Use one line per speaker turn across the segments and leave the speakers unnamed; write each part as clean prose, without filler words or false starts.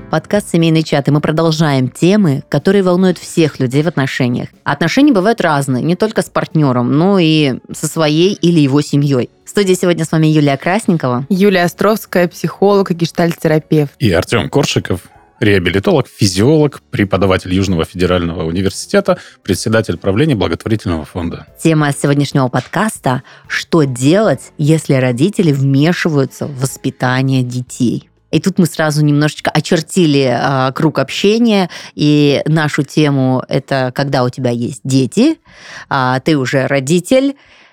Подкаст «Семейный чат», и мы продолжаем темы, которые волнуют всех людей в отношениях. Отношения бывают разные, не только с партнером, но и со своей или его семьей. В студии сегодня с вами Юлия Красникова.
Юлия Островская, психолог и гештальт-терапевт.
И Артем Коршиков, реабилитолог, физиолог, преподаватель Южного федерального университета, председатель правления благотворительного фонда.
Тема сегодняшнего подкаста – что делать, если родители вмешиваются в воспитание детей? И тут мы сразу немножечко очертили круг общения, и нашу тему – это когда у тебя есть дети, ты уже родитель,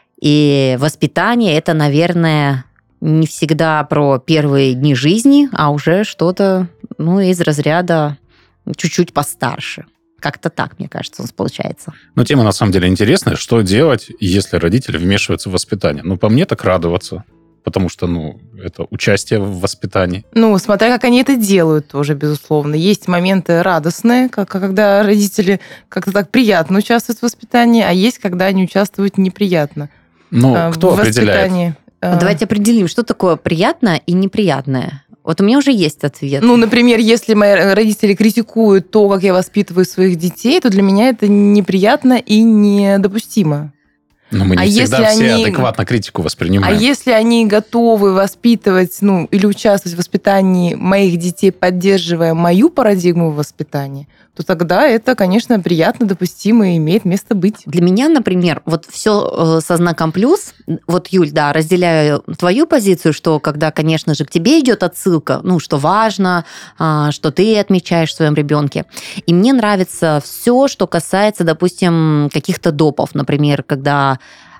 и воспитание – это, наверное, не всегда про первые дни жизни, а уже что-то из разряда чуть-чуть постарше. Как-то так, мне кажется, у нас получается.
Но тема на самом деле интересная. Что делать, если родители вмешиваются в воспитание? По мне так радоваться. Потому что, это участие в воспитании.
Смотря как они это делают тоже, безусловно. Есть моменты радостные, когда родители как-то так приятно участвуют в воспитании, а есть, когда они участвуют неприятно.
Кто определяет?
Давайте определим, что такое приятное и неприятное. Вот у меня уже есть ответ.
Например, если мои родители критикуют то, как я воспитываю своих детей, то для меня это неприятно и недопустимо.
Но мы не всегда все адекватно критику воспринимаем.
А если они готовы воспитывать, или участвовать в воспитании моих детей, поддерживая мою парадигму воспитания, то тогда это, конечно, приятно, допустимо и имеет место быть.
Для меня, например, все со знаком плюс. Юль, разделяю твою позицию, что когда, конечно же, к тебе идет отсылка, что важно, что ты отмечаешь в своем ребенке. И мне нравится все, что касается, допустим, каких-то допов. Например, когда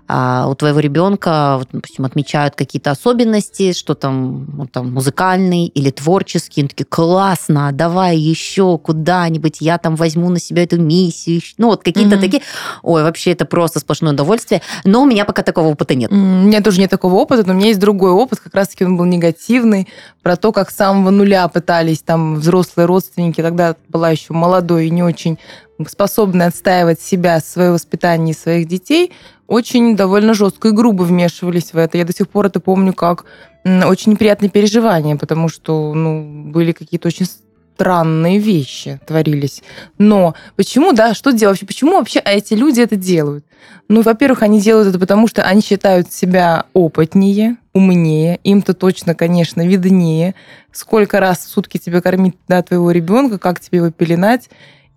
у твоего ребенка, допустим, отмечают какие-то особенности, что там музыкальный или творческий, они такие: классно, давай еще куда-нибудь, я там возьму на себя эту миссию. Какие-то такие. Ой, вообще это просто сплошное удовольствие. Но у меня пока такого опыта нет.
У меня тоже нет такого опыта, но у меня есть другой опыт, как раз-таки он был негативный, про то, как с самого нуля пытались взрослые родственники, тогда была еще молодой и не очень способны отстаивать себя, свое воспитание и своих детей, очень довольно жестко и грубо вмешивались в это. Я до сих пор это помню как очень неприятные переживания, потому что были какие-то очень странные вещи творились. Но почему, что делать? Почему вообще эти люди это делают? Во-первых, они делают это потому, что они считают себя опытнее, умнее, им-то точно, конечно, виднее, сколько раз в сутки тебе кормить твоего ребенка, как тебе его пеленать,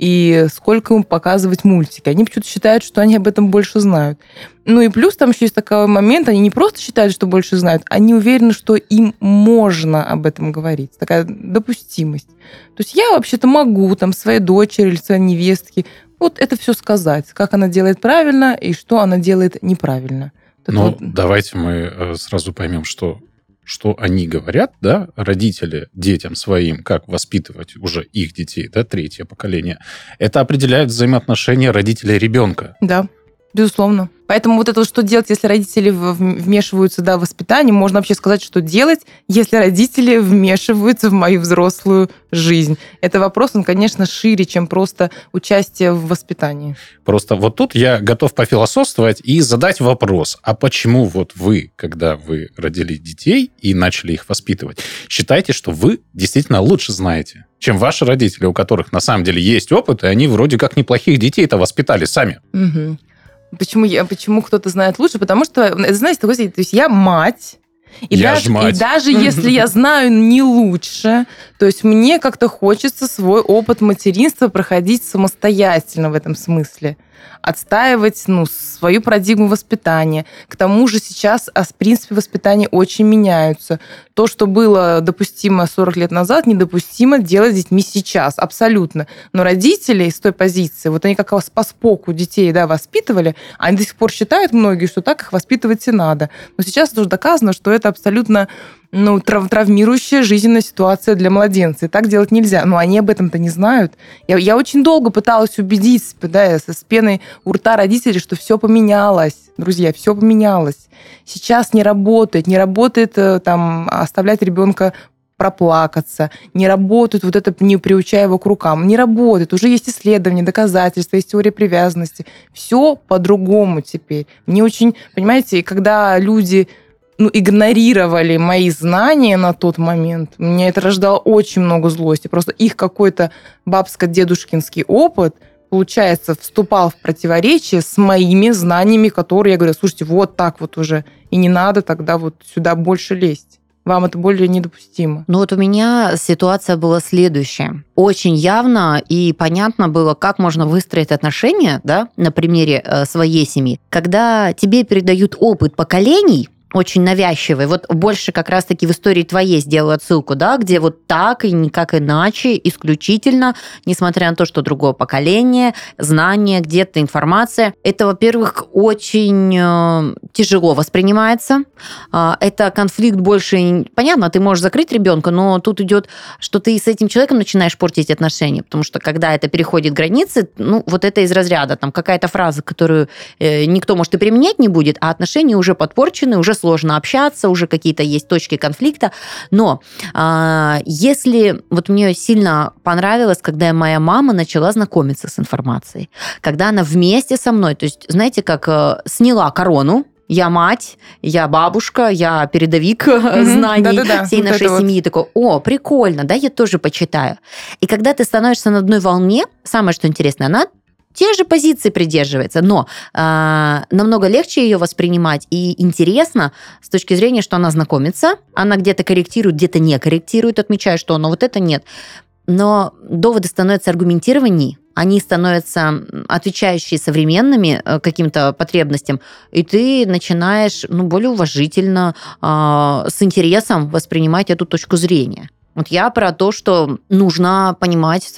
и сколько им показывать мультики. Они почему-то считают, что они об этом больше знают. И плюс там еще есть такой момент, они не просто считают, что больше знают, они уверены, что им можно об этом говорить. Такая допустимость. То есть я вообще-то могу своей дочери или своей невестке это все сказать, как она делает правильно и что она делает неправильно.
Давайте мы сразу поймем, что они говорят, родители детям своим, как воспитывать уже их детей, третье поколение, это определяет взаимоотношения родителя и ребенка.
Да, безусловно. Поэтому что делать, если родители вмешиваются в воспитание, можно вообще сказать, что делать, если родители вмешиваются в мою взрослую жизнь. Это вопрос, он, конечно, шире, чем просто участие в воспитании.
Просто тут я готов пофилософствовать и задать вопрос, а почему вы, когда вы родили детей и начали их воспитывать, считаете, что вы действительно лучше знаете, чем ваши родители, у которых на самом деле есть опыт, и они вроде как неплохих детей-то воспитали сами?
Угу. Почему кто-то знает лучше? Потому что, знаете, то есть я мать, и даже если я знаю не лучше, то есть мне как-то хочется свой опыт материнства проходить самостоятельно в этом смысле. Отстаивать свою парадигму воспитания. К тому же сейчас, в принципе, воспитания очень меняются. То, что было допустимо 40 лет назад, недопустимо делать с детьми сейчас. Абсолютно. Но родители с той позиции, они как по споку детей воспитывали, они до сих пор считают многие, что так их воспитывать и надо. Но сейчас уже доказано, что это абсолютно травмирующая жизненная ситуация для младенца. И так делать нельзя. Но они об этом-то не знают. Я очень долго пыталась убедить с пеной у рта родителей, что все поменялось. Друзья, все поменялось. Сейчас не работает. Не работает оставлять ребенка проплакаться, не работает не приучая его к рукам, не работает. Уже есть исследования, доказательства, есть теория привязанности. Все по-другому теперь. Мне очень, понимаете, когда люди игнорировали мои знания на тот момент, мне это рождало очень много злости. Просто их какой-то бабско-дедушкинский опыт, получается, вступал в противоречие с моими знаниями, которые я говорю, слушайте, вот так вот уже, и не надо тогда вот сюда больше лезть. Вам это более недопустимо.
Ну вот у меня ситуация была следующая. Очень явно и понятно было, как можно выстроить отношения, да, на примере своей семьи, когда тебе передают опыт поколений, очень навязчивый. Вот больше как раз-таки в истории твоей сделаю отсылку, да, где вот так и никак иначе, исключительно, несмотря на то, что другое поколение, знания, где-то информация. Это, во-первых, очень тяжело воспринимается. Это конфликт больше... Понятно, ты можешь закрыть ребенка, но тут идет, что ты с этим человеком начинаешь портить отношения, потому что когда это переходит границы, ну, вот это из разряда, там какая-то фраза, которую никто, может, и применять не будет, а отношения уже подпорчены, уже сложно общаться, уже какие-то есть точки конфликта. Но если... Вот мне сильно понравилось, когда моя мама начала знакомиться с информацией, когда она вместе со мной, то есть, знаете, как сняла корону, я мать, я бабушка, я передовик знаний всей нашей семьи. Такой, о, прикольно, да, я тоже почитаю. И когда ты становишься на одной волне, самое, что интересно, она те же позиции придерживается, но намного легче ее воспринимать и интересно с точки зрения, что она знакомится, она где-то корректирует, где-то не корректирует, отмечая, что но вот это нет. Но доводы становятся аргументированней, они становятся отвечающие современными каким-то потребностям, и ты начинаешь более уважительно, с интересом воспринимать эту точку зрения. Вот я про то, что нужно понимать,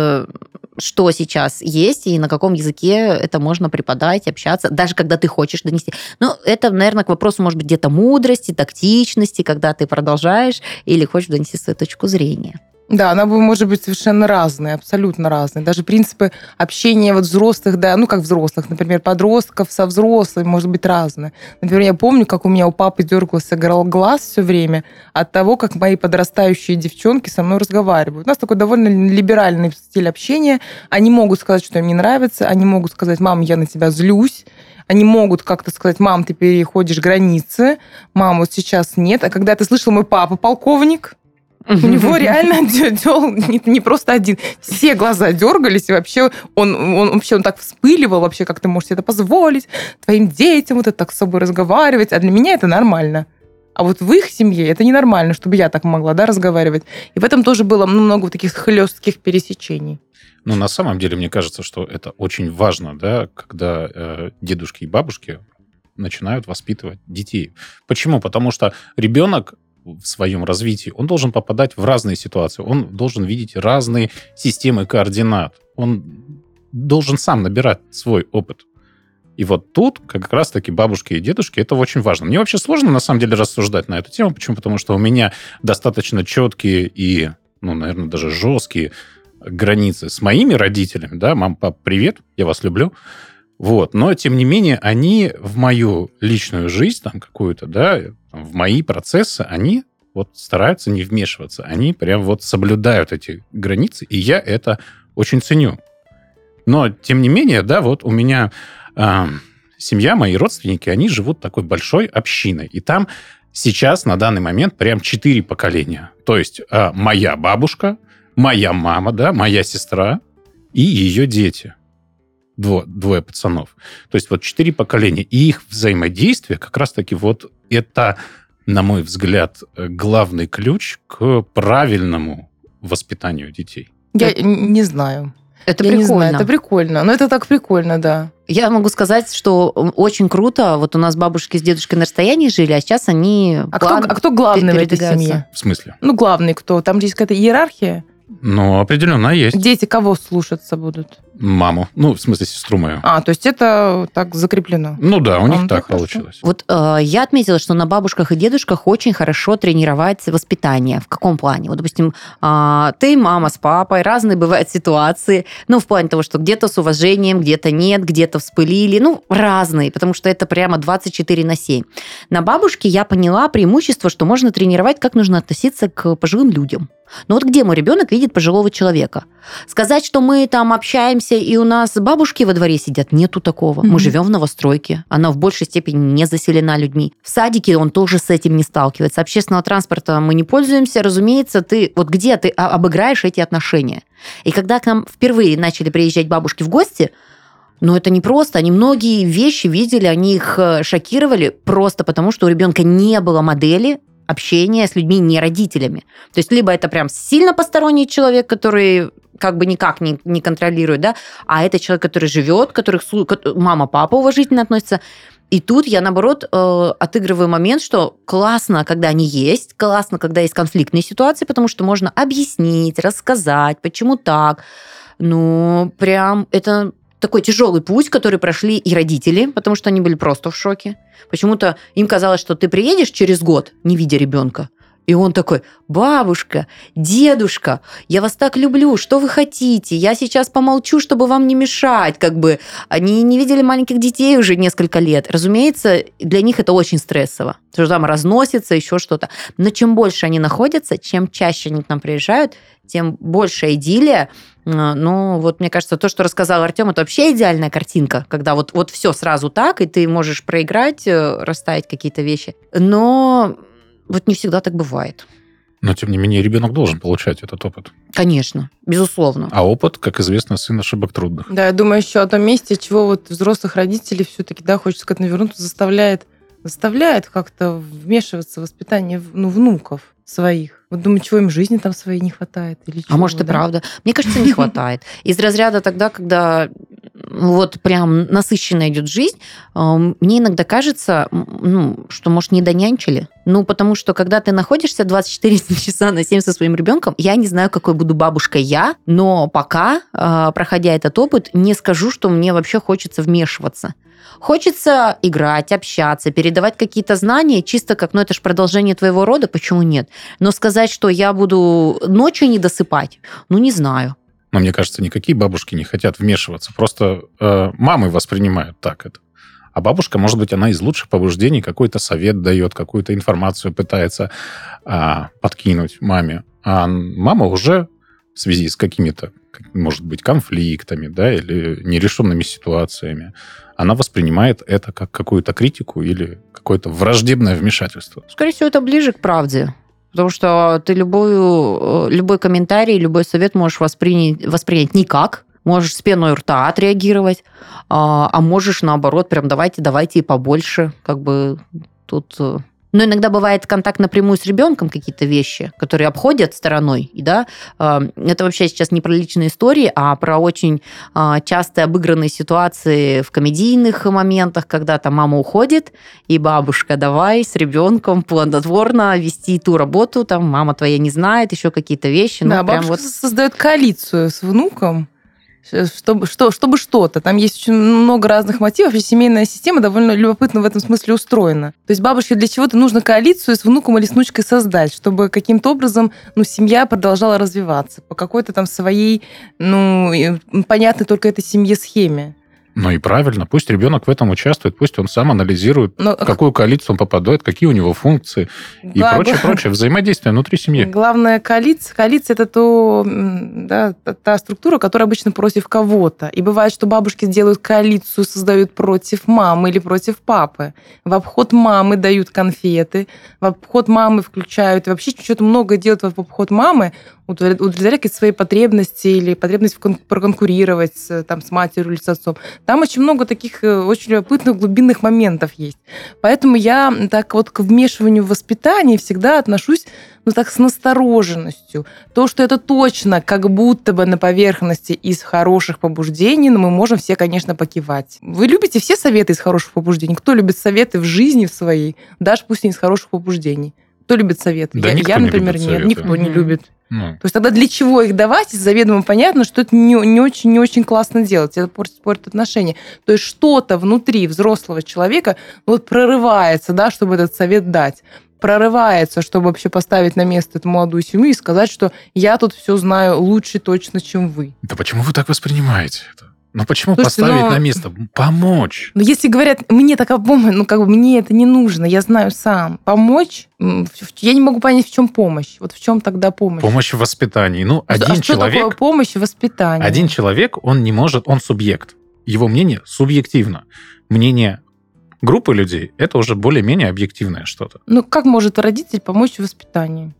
что сейчас есть и на каком языке это можно преподать, общаться, даже когда ты хочешь донести. Ну, это, наверное, к вопросу, может быть, где-то мудрости, тактичности, когда ты продолжаешь или хочешь донести свою точку зрения.
Да, она может быть совершенно разная, абсолютно разная. Даже принципы общения вот взрослых, да, ну как взрослых, например, подростков со взрослыми может быть разное. Например, я помню, как у меня у папы дергался глаз все время от того, как мои подрастающие девчонки со мной разговаривают. У нас такой довольно либеральный стиль общения. Они могут сказать, что им не нравится, они могут сказать, мам, я на тебя злюсь. Они могут как-то сказать, мам, ты переходишь границы, мам, вот сейчас нет. А когда ты слышал, мой папа полковник, у него реально не просто один. Все глаза дергались, и вообще он так вспыливал, вообще, как ты можешь себе это позволить, твоим детям вот это так с собой разговаривать. А для меня это нормально. А вот в их семье это ненормально, чтобы я так могла, да, разговаривать. И в этом тоже было много таких хлестких пересечений.
Ну, на самом деле, мне кажется, что это очень важно, да, когда дедушки и бабушки начинают воспитывать детей. Почему? Потому что ребенок в своем развитии, он должен попадать в разные ситуации, он должен видеть разные системы координат, он должен сам набирать свой опыт. И вот тут как раз-таки бабушки и дедушки, это очень важно. Мне вообще сложно, на самом деле, рассуждать на эту тему. Почему? Потому что у меня достаточно четкие и, наверное, даже жесткие границы с моими родителями. Да, мам, пап, привет, я вас люблю. Вот. Но, тем не менее, они в мою личную жизнь там какую-то, да, в мои процессы, они вот стараются не вмешиваться. Они прям вот соблюдают эти границы, и я это очень ценю. Но, тем не менее, да, вот у меня семья, мои родственники, они живут такой большой общиной. И там сейчас, на данный момент, прям 4 поколения. То есть моя бабушка, моя мама, да, моя сестра и ее дети. Двое пацанов. То есть вот 4 поколения. И их взаимодействие как раз-таки вот это, на мой взгляд, главный ключ к правильному воспитанию детей.
Я не знаю.
Это
я
прикольно.
Не знаю, это прикольно. Но это так прикольно, да.
Я могу сказать, что очень круто. Вот у нас бабушки с дедушкой на расстоянии жили, а сейчас они...
кто главный в этой семье?
В смысле?
Ну, главный кто? Там есть какая-то иерархия?
Ну, определенно есть.
Дети кого слушаться будут?
Маму. Ну, в смысле, сестру мою.
То есть это так закреплено?
Ну да, у них так получилось.
Вот я отметила, что на бабушках и дедушках очень хорошо тренировать воспитание. В каком плане? Вот, допустим, ты мама с папой, разные бывают ситуации. Ну, в плане того, что где-то с уважением, где-то нет, где-то вспылили. Ну, разные, потому что это прямо 24/7. На бабушке я поняла преимущество, что можно тренировать, как нужно относиться к пожилым людям. Но вот где мой ребенок видит видит пожилого человека. Сказать, что мы там общаемся, и у нас бабушки во дворе сидят, нету такого. Мы живем в новостройке, она в большей степени не заселена людьми. В садике он тоже с этим не сталкивается. Общественного транспорта мы не пользуемся, разумеется, где ты обыграешь эти отношения? И когда к нам впервые начали приезжать бабушки в гости, это не просто. Они многие вещи видели, они их шокировали просто потому, что у ребенка не было модели общения с людьми, не родителями. То есть либо это прям сильно посторонний человек, который как бы никак не контролирует, да, а это человек, который живет, которых мама, папа уважительно относятся. И тут я, наоборот, отыгрываю момент, что классно, когда они есть, классно, когда есть конфликтные ситуации, потому что можно объяснить, рассказать, почему так. Прям это такой тяжелый путь, который прошли и родители, потому что они были просто в шоке. Почему-то им казалось, что ты приедешь через год, не видя ребенка, и он такой: бабушка, дедушка, я вас так люблю, что вы хотите? Я сейчас помолчу, чтобы вам не мешать. Как бы они не видели маленьких детей уже несколько лет. Разумеется, для них это очень стрессово, потому что там разносится, еще что-то. Но чем больше они находятся, чем чаще они к нам приезжают, тем больше идиллия. Мне кажется, то, что рассказал Артем, это вообще идеальная картинка, когда вот все сразу так, и ты можешь проиграть, расставить какие-то вещи. Но не всегда так бывает.
Но, тем не менее, ребенок должен получать этот опыт.
Конечно, безусловно.
А опыт, как известно, сын ошибок трудных.
Да, я думаю еще о том месте, чего взрослых родителей все-таки, хочется к этому вернуться, заставляет как-то вмешиваться в воспитание внуков своих. Думаю, чего им жизни там своей не хватает? Или чего,
может, и правда. Мне кажется, не хватает. Из разряда тогда, когда прям насыщенно идет жизнь, мне иногда кажется, что, может, не донянчили. Потому что, когда ты находишься 24 часа на 7 со своим ребенком, я не знаю, какой буду бабушкой я, но пока, проходя этот опыт, не скажу, что мне вообще хочется вмешиваться. Хочется играть, общаться, передавать какие-то знания, чисто как, это же продолжение твоего рода, почему нет? Но сказать, что я буду ночью не досыпать, не знаю.
Но мне кажется, никакие бабушки не хотят вмешиваться. Просто мамы воспринимают так это. А бабушка, может быть, она из лучших побуждений какой-то совет дает, какую-то информацию пытается подкинуть маме. А мама уже в связи с какими-то, может быть, конфликтами, да, или нерешенными ситуациями, она воспринимает это как какую-то критику или какое-то враждебное вмешательство.
Скорее всего, это ближе к правде. Потому что ты любой комментарий, любой совет можешь воспринять никак, можешь с пеной у рта отреагировать, а можешь, наоборот, прям давайте и побольше. Как бы тут... Но иногда бывает контакт напрямую с ребенком, какие-то вещи, которые обходят стороной. И да, это вообще сейчас не про личные истории, а про очень часто обыгранные ситуации в комедийных моментах, когда там мама уходит, и бабушка давай с ребенком плодотворно вести ту работу, там мама твоя не знает, еще какие-то вещи.
Да, бабушка создает коалицию с внуком, чтобы что-то. Там есть очень много разных мотивов, и семейная система довольно любопытно в этом смысле устроена. То есть бабушке для чего-то нужно коалицию с внуком или с внучкой создать, чтобы каким-то образом семья продолжала развиваться по какой-то там своей, понятной только этой семье схеме.
И правильно, пусть ребенок в этом участвует, пусть он сам анализирует, в какую коалицию он попадает, какие у него функции и прочее. Взаимодействие внутри семьи.
Главное, коалиция это та структура, которая обычно против кого-то. И бывает, что бабушки делают коалицию, создают против мамы или против папы. В обход мамы дают конфеты, в обход мамы включают, и вообще что-то много делают в обход мамы, удовлетворять свои потребности или потребность проконкурировать с матерью или с отцом. Там очень много таких очень любопытных глубинных моментов есть. Поэтому я так к вмешиванию в воспитание всегда отношусь с настороженностью. То, что это точно как будто бы на поверхности из хороших побуждений, но мы можем все, конечно, покивать. Вы любите все советы из хороших побуждений? Кто любит советы в жизни в своей, даже пусть не из хороших побуждений? Кто любит советы?
Да
я, например,
нет.
Советы. Никто не любит. То есть тогда для чего их давать, заведомо понятно, что это не очень классно делать, это портит отношения. То есть что-то внутри взрослого человека прорывается, да, чтобы этот совет дать. Прорывается, чтобы вообще поставить на место эту молодую семью и сказать, что я тут все знаю лучше точно, чем вы.
Да почему вы так воспринимаете это? Ну почему
Слушайте,
поставить на место? Помочь.
Но если говорят, мне такая помощь, мне это не нужно, я знаю сам. Помочь? Я не могу понять, в чем помощь. Вот в чем тогда помощь?
Помощь в воспитании. Ну,
Что такое помощь в воспитании?
Один человек, он не может, он субъект. Его мнение субъективно. Мнение группы людей, это уже более-менее объективное что-то.
Ну, как может родитель помочь в воспитании?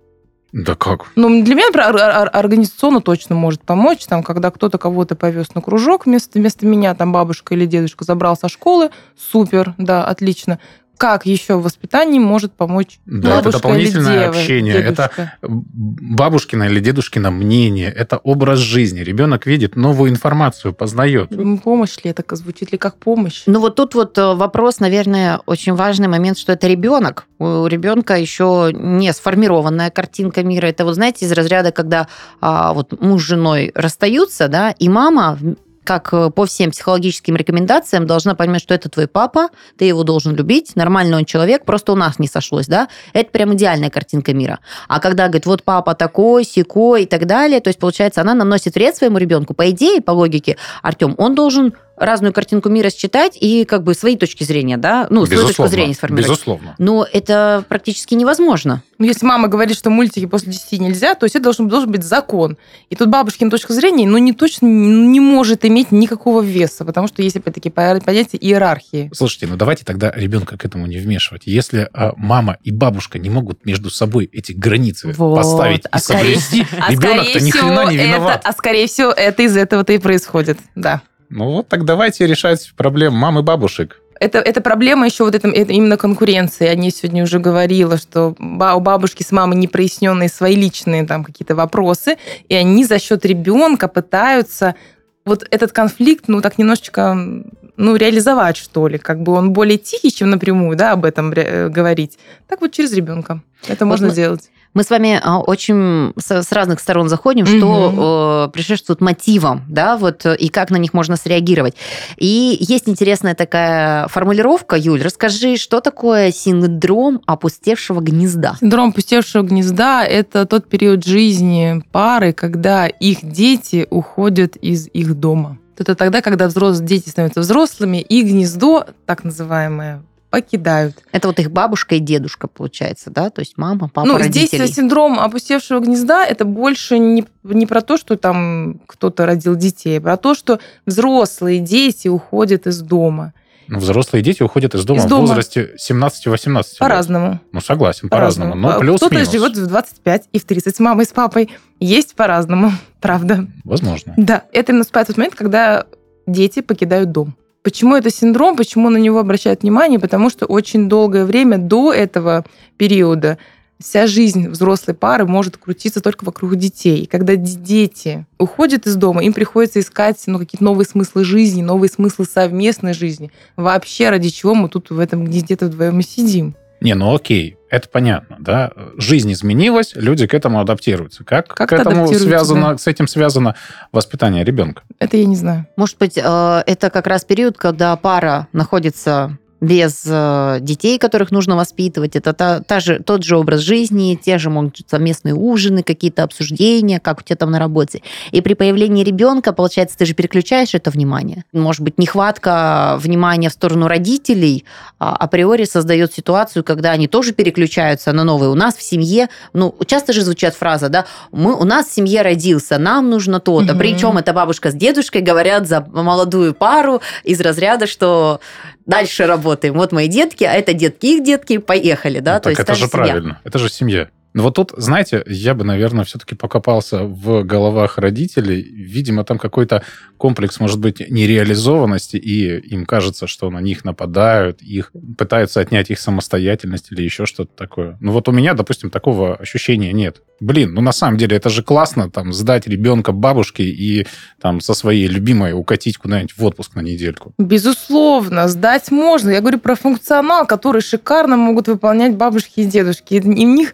Да как?
Ну, для меня, например, организационно точно может помочь, там, когда кто-то кого-то повез на кружок вместо меня, там, бабушка или дедушка забрал со школы, супер, да, отлично. Как еще в воспитании может помочь
да,
бабушка
это дополнительное
или
общение,
дедушка?
это бабушкино или дедушкино мнение, это образ жизни. Ребенок видит новую информацию, познает.
Помощь ли это, звучит ли как помощь?
Ну вот тут вот вопрос, наверное, очень важный момент, что это ребенок. У ребенка еще не сформированная картинка мира. Это вот, знаете, из разряда, когда вот муж с женой расстаются, да, и мама, как по всем психологическим рекомендациям, должна понимать, что это твой папа, ты его должен любить, нормальный он человек, просто у нас не сошлось, да? Это прям идеальная картинка мира. А когда говорит, вот папа такой, сякой и так далее, то есть, получается, она наносит вред своему ребенку. По идее, по логике, Артем, он должен разную картинку мира считать и как бы свои точки зрения, да? Ну, свою точку зрения сформировать.
Безусловно.
Но это практически невозможно.
Ну, если мама говорит, что мультики после 10 нельзя, то есть это должен быть закон. И тут бабушкина точка зрения, ну, не точно не может иметь никакого веса, потому что есть, опять-таки, понятие иерархии.
Слушайте, ну давайте тогда ребенка к этому не вмешивать. Если мама и бабушка не могут между собой эти границы поставить и соблюсти, ребенок-то ни хрена не виноват.
Скорее всего, это из этого-то и происходит, да.
Ну вот так давайте решать проблемы мам и бабушек.
Это проблема еще это именно конкуренции. Я сегодня уже говорила, что у бабушки с мамой не проясненные свои личные там какие-то вопросы, и они за счет ребенка пытаются вот этот конфликт, ну, так немножечко, ну, реализовать, что ли. Как бы он более тихий, чем напрямую, да, об этом говорить. Так вот через ребенка. Это можно сделать.
Мы с вами очень с разных сторон заходим, что предшествует мотивам, да, вот, и как на них можно среагировать. И есть интересная такая формулировка, Юль, расскажи, что такое синдром опустевшего гнезда?
Синдром опустевшего гнезда – это тот период жизни пары, когда их дети уходят из их дома. Это тогда, когда дети становятся взрослыми, и гнездо, так называемое, покидают.
Это вот их бабушка и дедушка, получается, да? То есть мама, папа, родители.
Здесь синдром опустевшего гнезда – это больше не про то, что там кто-то родил детей, а про то, что взрослые дети уходят из дома.
Ну, взрослые дети уходят из дома в возрасте 17-18
По-разному.
лет. Ну, согласен, по-разному. Но плюс-минус.
Кто-то живет в 25 и в 30 с мамой, с папой. Есть по-разному, правда.
Возможно.
Да, это наступает тот момент, когда дети покидают дом. Почему это синдром, почему на него обращают внимание? Потому что очень долгое время до этого периода вся жизнь взрослой пары может крутиться только вокруг детей. И когда дети уходят из дома, им приходится искать какие-то новые смыслы жизни, новые смыслы совместной жизни. Вообще, ради чего мы тут в этом где-то вдвоем и сидим?
Не, ну окей, это понятно, да. Жизнь изменилась, люди к этому адаптируются. Как к этому связано, да? С этим связано воспитание ребенка?
Это я не знаю.
Может быть, это как раз период, когда пара находится без детей, которых нужно воспитывать. Это тот же образ жизни, те же, могут быть, совместные ужины, какие-то обсуждения, как у тебя там на работе. И при появлении ребенка, получается, ты же переключаешь это внимание. Может быть, нехватка внимания в сторону родителей априори создает ситуацию, когда они тоже переключаются на новые. У нас в семье, ну, часто же звучат фразы, да, у нас в семье родился, нам нужно то-то. Причем это бабушка с дедушкой говорят за молодую пару из разряда, что дальше работаем. Вот мои детки, а это детки, их детки, поехали, да?
Ну, то есть это же правильно, это же семья. Но вот тут, знаете, я бы, наверное, все-таки покопался в головах родителей. Видимо, там какой-то комплекс, может быть, нереализованности, и им кажется, что на них нападают, их пытаются отнять их самостоятельность или еще что-то такое. Ну вот у меня, допустим, такого ощущения нет. Блин, ну на самом деле это же классно, там, сдать ребенка бабушке и там со своей любимой укатить куда-нибудь в отпуск на недельку.
Безусловно, сдать можно. Я говорю про функционал, который шикарно могут выполнять бабушки и дедушки. И в них цена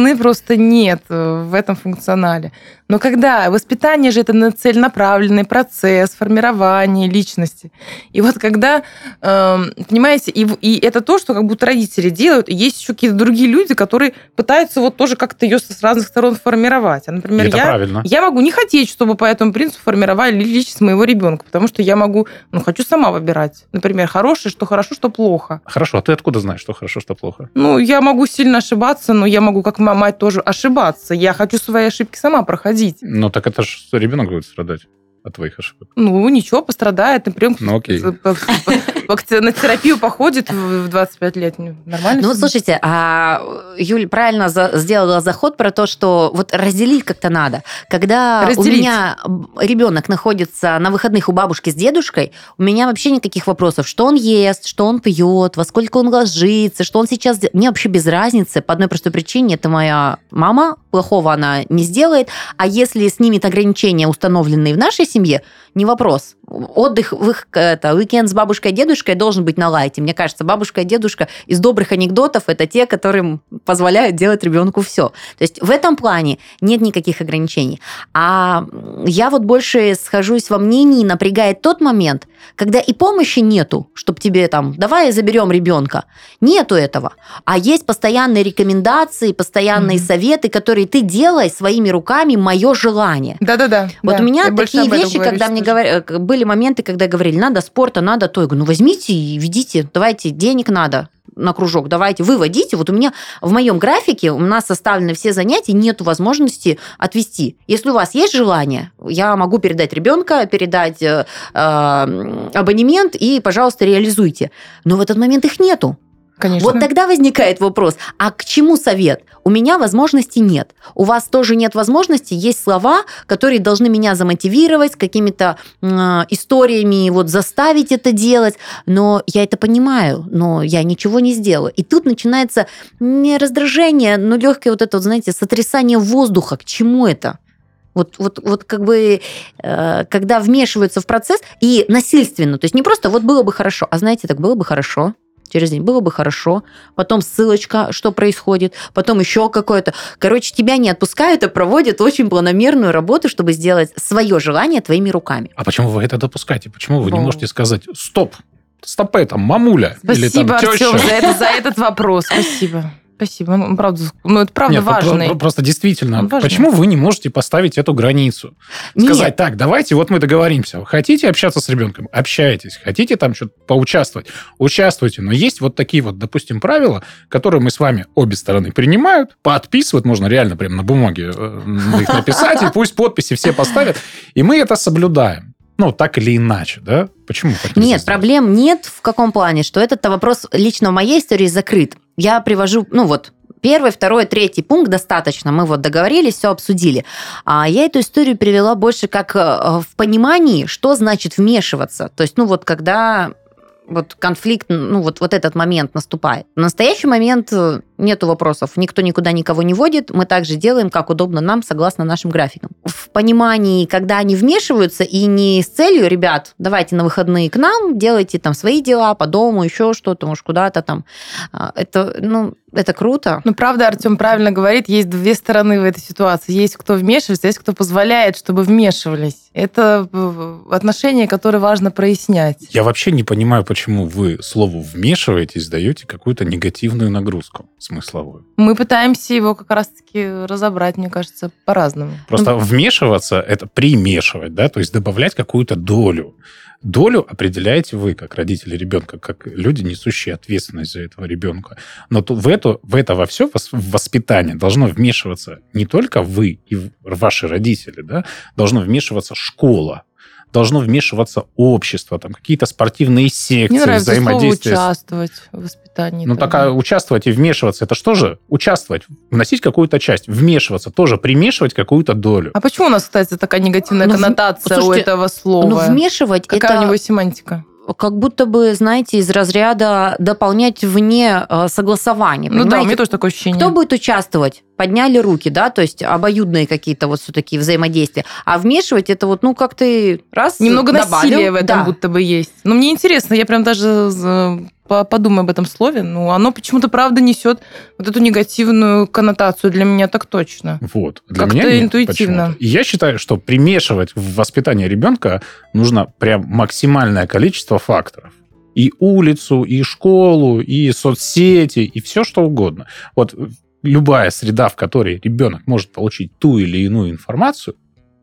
цены просто нет в этом функционале. Но когда воспитание же это целенаправленный процесс формирования личности. И вот когда, понимаете, и это то, что как будто родители делают, и есть еще какие-то другие люди, которые пытаются вот тоже как-то ее с разных сторон формировать. А, например, я могу не хотеть, чтобы по этому принципу формировали личность моего ребенка, потому что я могу, хочу сама выбирать. Например, хорошее, что хорошо, что плохо.
Хорошо, а ты откуда знаешь, что хорошо, что плохо?
Я могу сильно ошибаться, но я могу, как мать, тоже ошибаться. Я хочу свои ошибки сама проходить.
Ну, так это же ребенок будет страдать от твоих ошибок.
Ничего, пострадает. Например,
окей.
На терапию походит в 25 лет. Нормально?
Слушайте, Юль правильно сделала заход про то, что вот разделить как-то надо. Когда у меня ребенок находится на выходных у бабушки с дедушкой, у меня вообще никаких вопросов, что он ест, что он пьет, во сколько он ложится, что он сейчас... Мне вообще без разницы, по одной простой причине, это моя мама, плохого она не сделает, а если снимет ограничения, установленные в нашей семье, не вопрос. Отдых в их уикенд с бабушкой и дедушкой должен быть на лайте. Мне кажется, бабушка и дедушка из добрых анекдотов это те, которым позволяют делать ребенку все. То есть в этом плане нет никаких ограничений. А я вот больше схожусь во мнении, напрягает тот момент, когда и помощи нету, чтобы тебе давай заберем ребенка. Нету этого. А есть постоянные рекомендации, постоянные советы, которые ты делай своими руками, мое желание.
Да-да-да.
Вот у меня такие вещи, когда мне были моменты, когда говорили, надо спорта, надо то. Я говорю, возьмите и ведите, давайте, денег надо на кружок, давайте, вы водите. Вот у меня в моем графике, у нас составлены все занятия, нет возможности отвести. Если у вас есть желание, я могу передать ребенка, передать абонемент и, пожалуйста, реализуйте. Но в этот момент их нету.
Конечно.
Вот тогда возникает вопрос, а к чему совет? У меня возможности нет. У вас тоже нет возможности. Есть слова, которые должны меня замотивировать, с какими-то историями заставить это делать. Но я это понимаю, но я ничего не сделаю. И тут начинается не раздражение, но легкое сотрясание воздуха. К чему это? Когда вмешиваются в процесс и насильственно, то есть не просто было бы хорошо, а знаете, так было бы хорошо. Через день было бы хорошо, потом ссылочка, что происходит, потом еще какое-то. Короче, тебя не отпускают, а проводят очень планомерную работу, чтобы сделать свое желание твоими руками.
А почему вы это допускаете? Почему вы не можете сказать «стоп», «стопэ, мамуля»
Спасибо,
или теща?
Артем, за этот вопрос. Спасибо. Это правда важно.
Просто действительно, почему вы не можете поставить эту границу? Сказать, так, давайте, мы договоримся. Хотите общаться с ребенком? Общайтесь. Хотите там что-то поучаствовать? Участвуйте. Но есть такие допустим, правила, которые мы с вами обе стороны принимают, подписывают, можно реально прямо на бумаге их написать, и пусть подписи все поставят, и мы это соблюдаем. Так или иначе, да? Почему?
Нет, проблем нет. В каком плане? Что этот вопрос лично в моей истории закрыт. Я привожу, первый, второй, третий пункт достаточно. Мы договорились, все обсудили. А я эту историю привела больше как в понимании, что значит вмешиваться. То есть, когда конфликт, этот момент наступает. В настоящий момент нету вопросов. Никто никуда никого не водит. Мы также делаем, как удобно нам, согласно нашим графикам. В понимании, когда они вмешиваются, и не с целью, ребят, давайте на выходные к нам, делайте свои дела по дому, еще что-то, может, куда-то там. Это круто.
Правда, Артем правильно говорит, есть две стороны в этой ситуации. Есть кто вмешивается, есть кто позволяет, чтобы вмешивались. Это отношения, которые важно прояснять.
Я вообще не понимаю, почему вы слову «вмешиваетесь» даете какую-то негативную нагрузку смысловую.
Мы пытаемся его как раз-таки разобрать, мне кажется, по-разному.
Просто вмешиваться – это примешивать, да, то есть добавлять какую-то долю. Долю определяете вы, как родители ребенка, как люди, несущие ответственность за этого ребенка. Но в это во все воспитание должно вмешиваться не только вы и ваши родители, да, должно вмешиваться школа, должно вмешиваться общество, какие-то спортивные секции,
мне нравится
взаимодействие.
Слово «участвовать» в воспитании.
Участвовать и вмешиваться, это что же? Участвовать, вносить какую-то часть, вмешиваться, тоже примешивать какую-то долю.
А почему у нас, кстати, такая негативная коннотация у этого слова?
Вмешивать
Какая у него семантика?
Как будто бы, знаете, из разряда дополнять вне согласования.
У меня тоже такое ощущение.
Кто будет участвовать? Подняли руки, да, то есть обоюдные какие-то все-таки взаимодействия. А вмешивать это как ты раз
немного
добавил,
насилия в этом будто бы есть. Но мне интересно, я прям даже подумай об этом слове, ну, оно почему-то, правда, несет вот эту негативную коннотацию. Для меня так точно.
Вот. Для
Как-то
меня нет,
интуитивно.
почему-то. И я считаю, что примешивать в воспитание ребенка нужно прям максимальное количество факторов. И улицу, и школу, и соцсети, и все что угодно. Вот любая среда, в которой ребенок может получить ту или иную информацию,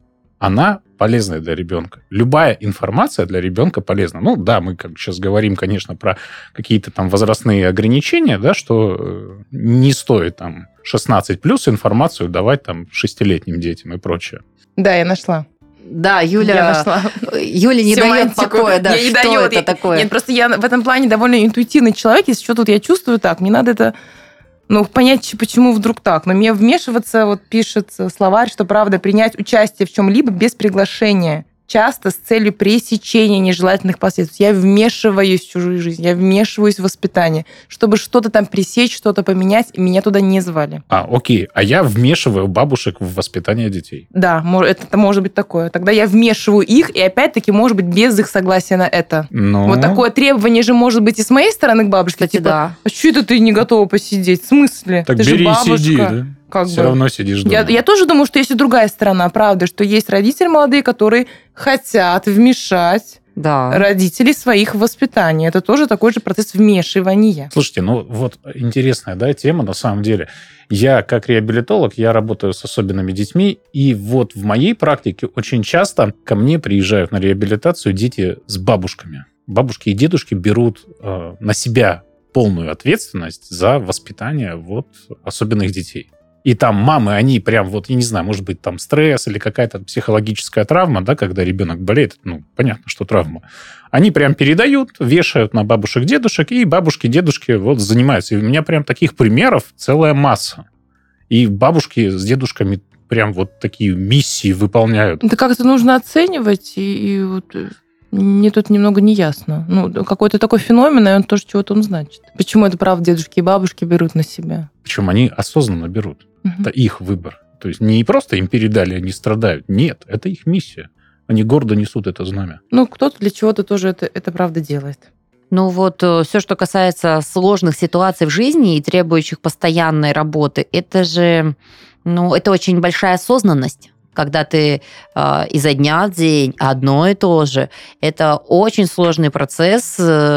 она полезная для ребенка. Любая информация для ребенка полезна. Ну да, мы как сейчас говорим, конечно, про какие-то там возрастные ограничения, да, что не стоит там 16 плюс информацию давать там 6-летним детям и прочее.
Да, я нашла.
Да,
Я нашла.
Юля не дает покоя, да,
Я не
что
даю.
это такое?
Нет, просто я в этом плане довольно интуитивный человек, если что-то вот я чувствую так, мне надо это понять, почему вдруг так. Но мне вмешиваться, вот пишет словарь, что, правда, принять участие в чем-либо без приглашения, часто с целью пресечения нежелательных последствий. Я вмешиваюсь в чужую жизнь, я вмешиваюсь в воспитание, чтобы что-то там пресечь, что-то поменять, и меня туда не звали.
Окей. А я вмешиваю бабушек в воспитание детей.
Да, это может быть такое. Тогда я вмешиваю их, и опять-таки, может быть, без их согласия на это.
Ну...
Вот такое требование же может быть и с моей стороны к бабушке.
Кстати, да.
А что это ты не готова посидеть? В смысле?
Так
ты
бери
же бабушка.
и сиди, да? Все равно сидишь дома.
Я тоже думаю, что есть и другая сторона, правда, что есть родители молодые, которые хотят вмешать родителей своих в воспитание. Это тоже такой же процесс вмешивания.
Слушайте, ну вот интересная, да, тема на самом деле. Я как реабилитолог, я работаю с особенными детьми, и вот в моей практике очень часто ко мне приезжают на реабилитацию дети с бабушками. Бабушки и дедушки берут на себя полную ответственность за воспитание вот особенных детей. И там мамы, они прям вот, я не знаю, может быть, там стресс или какая-то психологическая травма, да, когда ребенок болеет, ну, понятно, что травма. Они прям передают, вешают на бабушек, дедушек, и бабушки, дедушки вот занимаются. И у меня прям таких примеров целая масса. И бабушки с дедушками прям вот такие миссии выполняют.
Это как-то нужно оценивать, и вот... Мне тут немного не ясно. Ну, какой-то такой феномен, и он тоже чего-то он значит. Почему это, правда, дедушки и бабушки берут на себя?
Причем они осознанно берут. Это их выбор. То есть не просто им передали, они страдают. Нет, это их миссия. Они гордо несут это знамя.
Ну, кто-то для чего-то тоже это правда делает.
Ну вот все, что касается сложных ситуаций в жизни и требующих постоянной работы, это же, это очень большая осознанность. Когда ты изо дня в день одно и то же. Это очень сложный процесс,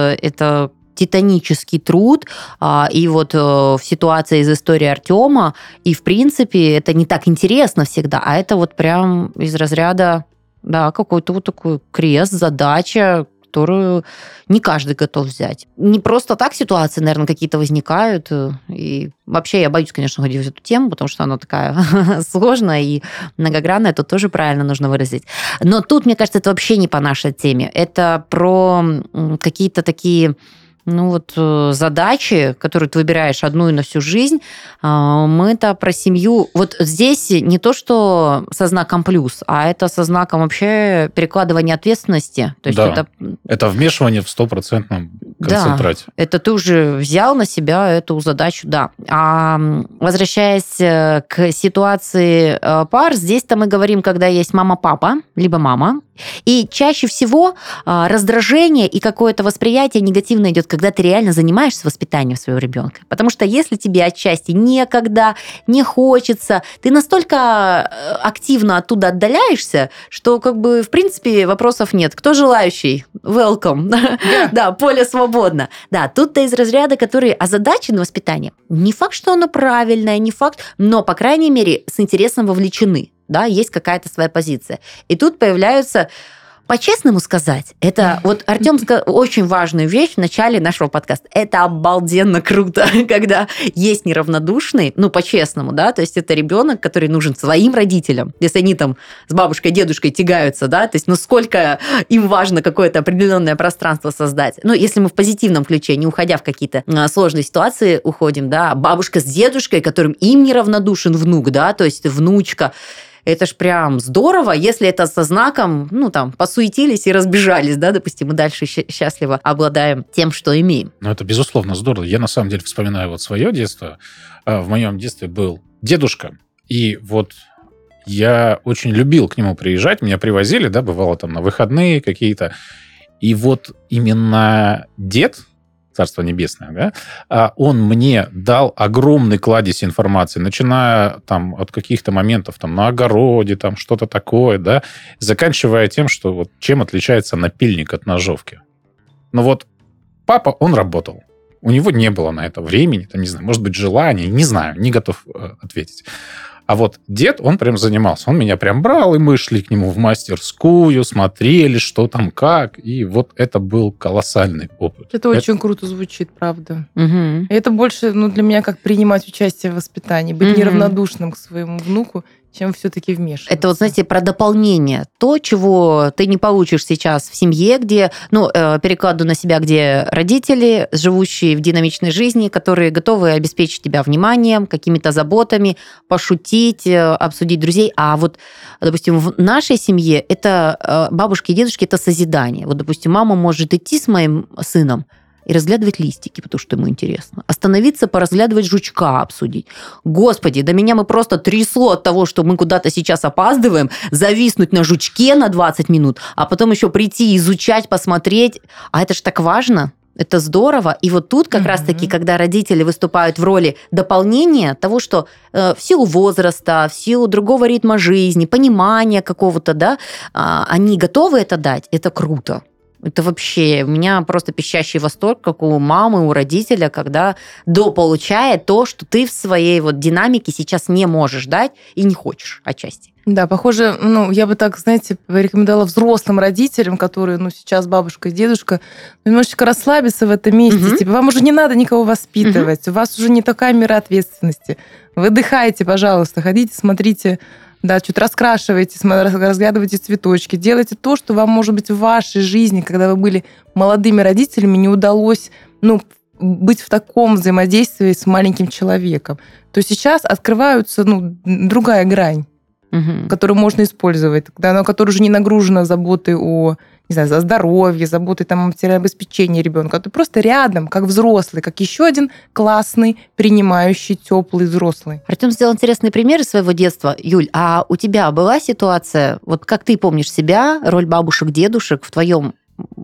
это титанический труд. И вот в ситуации из истории Артема, и в принципе это не так интересно всегда, а это вот прям из разряда, да, какой-то вот такой крест, задача, которую не каждый готов взять. Не просто так ситуации, наверное, какие-то возникают. И вообще я боюсь, конечно, ходить в эту тему, потому что она такая сложная и многогранная, тут тоже правильно нужно выразить. Но тут, мне кажется, это вообще не по нашей теме. Это про какие-то такие... задачи, которые ты выбираешь одну и на всю жизнь, мы-то про семью... Вот здесь не то, что со знаком плюс, а это со знаком вообще перекладывания ответственности. То есть
это вмешивание в 100% концентрате.
Да, это ты уже взял на себя эту задачу, да. А возвращаясь к ситуации пар, здесь-то мы говорим, когда есть мама-папа, либо мама, и чаще всего раздражение и какое-то восприятие негативное идет, когда ты реально занимаешься воспитанием своего ребенка. Потому что если тебе отчасти некогда, не хочется, ты настолько активно оттуда отдаляешься, что в принципе вопросов нет. Кто желающий? Welcome. Да, поле свободно. Да, тут-то из разряда, которые озадачены воспитанием. Не факт, что оно правильное, не факт, но, по крайней мере, с интересом вовлечены. Да, есть какая-то своя позиция. И тут появляются... По-честному сказать, это вот Артем сказал очень важную вещь в начале нашего подкаста. Это обалденно круто, когда есть неравнодушный, по-честному, да, то есть это ребенок, который нужен своим родителям, если они там с бабушкой, дедушкой тягаются, да, то есть сколько им важно какое-то определенное пространство создать. Если мы в позитивном ключе, не уходя в какие-то сложные ситуации уходим, да, бабушка с дедушкой, которым им неравнодушен внук, да, то есть внучка. Это ж прям здорово, если это со знаком, посуетились и разбежались, да, допустим, мы дальше счастливо обладаем тем, что имеем.
Это, безусловно, здорово. Я, на самом деле, вспоминаю вот свое детство. В моем детстве был дедушка, и вот я очень любил к нему приезжать, меня привозили, да, бывало там на выходные какие-то, и вот именно дед Царство Небесное, да, он мне дал огромный кладезь информации, начиная там от каких-то моментов там на огороде, там что-то такое, да, заканчивая тем, что вот чем отличается напильник от ножовки. Но вот папа, он работал. У него не было на это времени, там, не знаю, может быть, желания, не знаю, не готов ответить. А вот дед, он прям занимался. Он меня прям брал, и мы шли к нему в мастерскую, смотрели, что там как. И вот это был колоссальный опыт.
Это очень круто звучит, правда.
Мгм.
Это больше для меня как принимать участие в воспитании, быть неравнодушным к своему внуку, чем все-таки вмешиваться.
Это вот, знаете, про дополнение. То, чего ты не получишь сейчас в семье, где, перекладываю на себя, где родители, живущие в динамичной жизни, которые готовы обеспечить тебя вниманием, какими-то заботами, пошутить, обсудить друзей. А вот, допустим, в нашей семье это бабушки и дедушки, это созидание. Вот, допустим, мама может идти с моим сыном и разглядывать листики, потому что ему интересно. Остановиться, поразглядывать жучка, обсудить. Господи, да меня мы просто трясло от того, что мы куда-то сейчас опаздываем, зависнуть на жучке на 20 минут, а потом еще прийти, изучать, посмотреть. А это ж так важно. Это здорово. И вот тут как раз-таки, когда родители выступают в роли дополнения того, что в силу возраста, в силу другого ритма жизни, понимания какого-то, да, они готовы это дать, это круто. Это вообще у меня просто пищащий восторг, как у мамы, у родителя, когда дополучает то, что ты в своей вот динамике сейчас не можешь дать и не хочешь отчасти.
Да, похоже, я бы так, знаете, порекомендовала взрослым родителям, которые, сейчас бабушка и дедушка, немножечко расслабиться в этом месте. Типа, вам уже не надо никого воспитывать, у вас уже не такая мера ответственности. Выдыхайте, пожалуйста, ходите, смотрите, да, чуть раскрашивайте, разглядывайте цветочки, делайте то, что вам, может быть, в вашей жизни, когда вы были молодыми родителями, не удалось, быть в таком взаимодействии с маленьким человеком. То сейчас открывается, другая грань, которую можно использовать, которая уже не нагружена заботой о здоровье, заботой о материальном обеспечении ребенка. Ты просто рядом, как взрослый, как еще один классный, принимающий, теплый взрослый.
Артем сделал интересный пример из своего детства. Юль, а у тебя была ситуация, вот как ты помнишь себя, роль бабушек, дедушек в твоем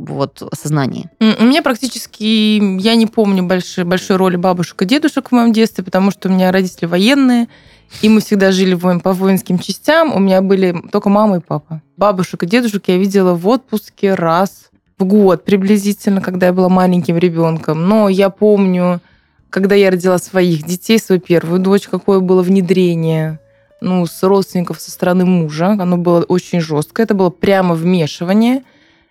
сознании?
У меня практически, я не помню большой роли бабушек и дедушек в моем детстве, потому что у меня родители военные, и мы всегда жили по воинским частям. У меня были только мама и папа. Бабушек и дедушек я видела в отпуске раз в год приблизительно, когда я была маленьким ребенком. Но я помню, когда я родила своих детей, свою первую дочь, какое было внедрение с родственников со стороны мужа. Оно было очень жесткое. Это было прямо вмешивание.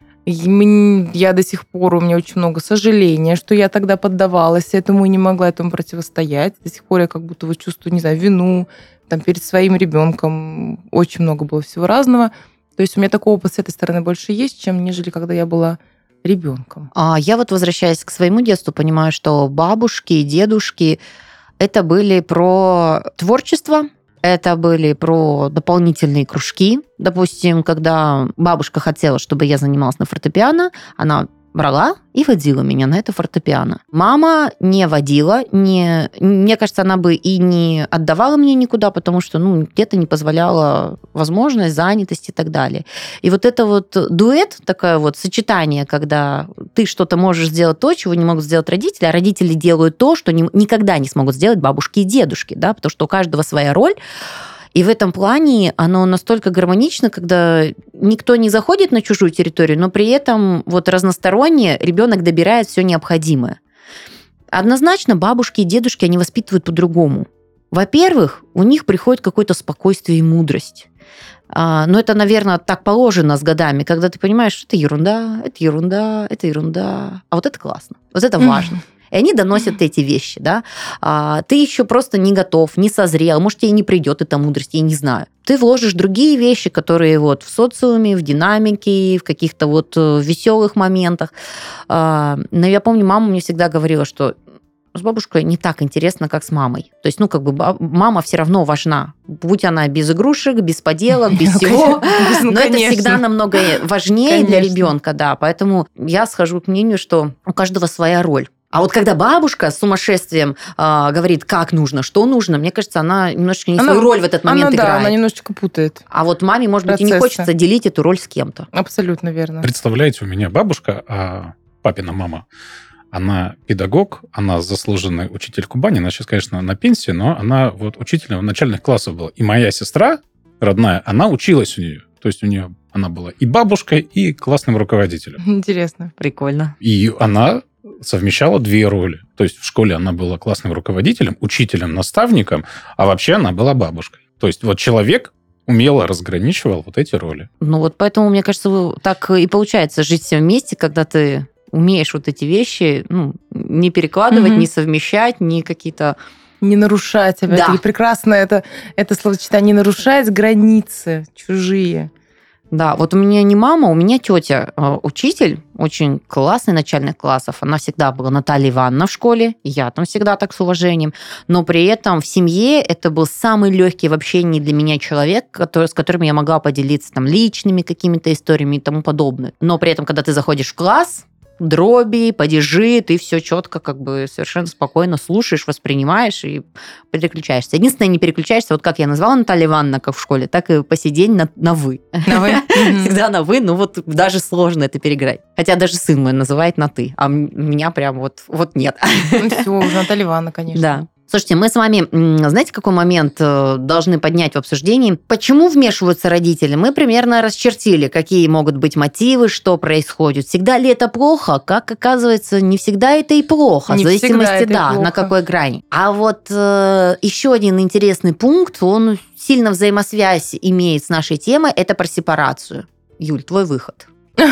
Я до сих пор, у меня очень много сожаления, что я тогда поддавалась этому и не могла этому противостоять. До сих пор я как будто чувствую, вину перед своим ребенком. Очень много было всего разного. То есть у меня такого опыта с этой стороны больше есть, чем нежели когда я была ребенком.
Я возвращаясь к своему детству, понимаю, что бабушки и дедушки это были про творчество, это были про дополнительные кружки. Допустим, когда бабушка хотела, чтобы я занималась на фортепиано, она брала и водила меня на это фортепиано. Мама не водила, мне кажется, она бы и не отдавала мне никуда, потому что, где-то не позволяла возможность, занятость и так далее. И вот это дуэт, такое сочетание, когда ты что-то можешь сделать то, чего не могут сделать родители, а родители делают то, что никогда не смогут сделать бабушки и дедушки, да, потому что у каждого своя роль. И в этом плане оно настолько гармонично, когда никто не заходит на чужую территорию, но при этом разносторонне ребенок добирает все необходимое. Однозначно бабушки и дедушки, они воспитывают по-другому. Во-первых, у них приходит какое-то спокойствие и мудрость. Но это, наверное, так положено с годами, когда ты понимаешь, что это ерунда, это ерунда, это ерунда, а вот это классно, вот это важно. И они доносят эти вещи, да. Ты еще просто не готов, не созрел, может, тебе и не придет эта мудрость, я не знаю. Ты вложишь другие вещи, которые в социуме, в динамике, в каких-то веселых моментах. Но я помню, мама мне всегда говорила, что с бабушкой не так интересно, как с мамой. То есть, мама все равно важна. Будь она без игрушек, без поделок, без всего. Но это всегда намного важнее для ребенка, да. Поэтому я схожу к мнению, что у каждого своя роль. А когда бабушка с сумасшествием говорит, как нужно, что нужно, мне кажется, она немножечко не свою роль в этот момент играет.
Да, она немножечко путает.
А маме, может быть, и не хочется делить эту роль с кем-то.
Абсолютно верно.
Представляете, у меня бабушка, папина мама, она педагог, она заслуженный учитель Кубани. Она сейчас, конечно, на пенсии, но она вот учителем начальных классов была. И моя сестра родная, она училась у нее. То есть у нее она была и бабушкой, и классным руководителем.
Интересно.
Прикольно.
И она совмещала две роли. То есть в школе она была классным руководителем, учителем, наставником, а вообще она была бабушкой. То есть вот человек умело разграничивал вот эти роли.
Ну вот поэтому, мне кажется, так и получается жить все вместе, когда ты умеешь вот эти вещи не перекладывать, не совмещать, не какие-то...
Не нарушать, опять-таки, прекрасно это словосочетание, не нарушать границы чужие.
Да, вот у меня не мама, у меня тетя учитель, очень классный начальных классов. Она всегда была Наталья Ивановна в школе, и я там всегда так с уважением. Но при этом в семье это был самый легкий в общении для меня человек, с которым я могла поделиться там личными какими-то историями и тому подобное. Но при этом, когда ты заходишь в класс, дроби, падежи, ты все четко, как бы совершенно спокойно слушаешь, воспринимаешь и переключаешься. Единственное, не переключаешься, вот как я назвала Наталья Ивановна, как в школе, так и по сей день на «вы».
На «вы»?
Всегда на «вы», вот даже сложно это переиграть. Хотя даже сын мой называет на «ты», а меня прям вот нет.
Ну все, уже Наталья Ивановна, конечно.
Да. Слушайте, мы с вами, знаете, какой момент должны поднять в обсуждении? Почему вмешиваются родители? Мы примерно расчертили, какие могут быть мотивы, что происходит. Всегда ли это плохо? Как оказывается, не всегда это и плохо. В зависимости, на какой грани. А вот еще один интересный пункт, он сильно взаимосвязь имеет с нашей темой, это про сепарацию. Юль, твой выход.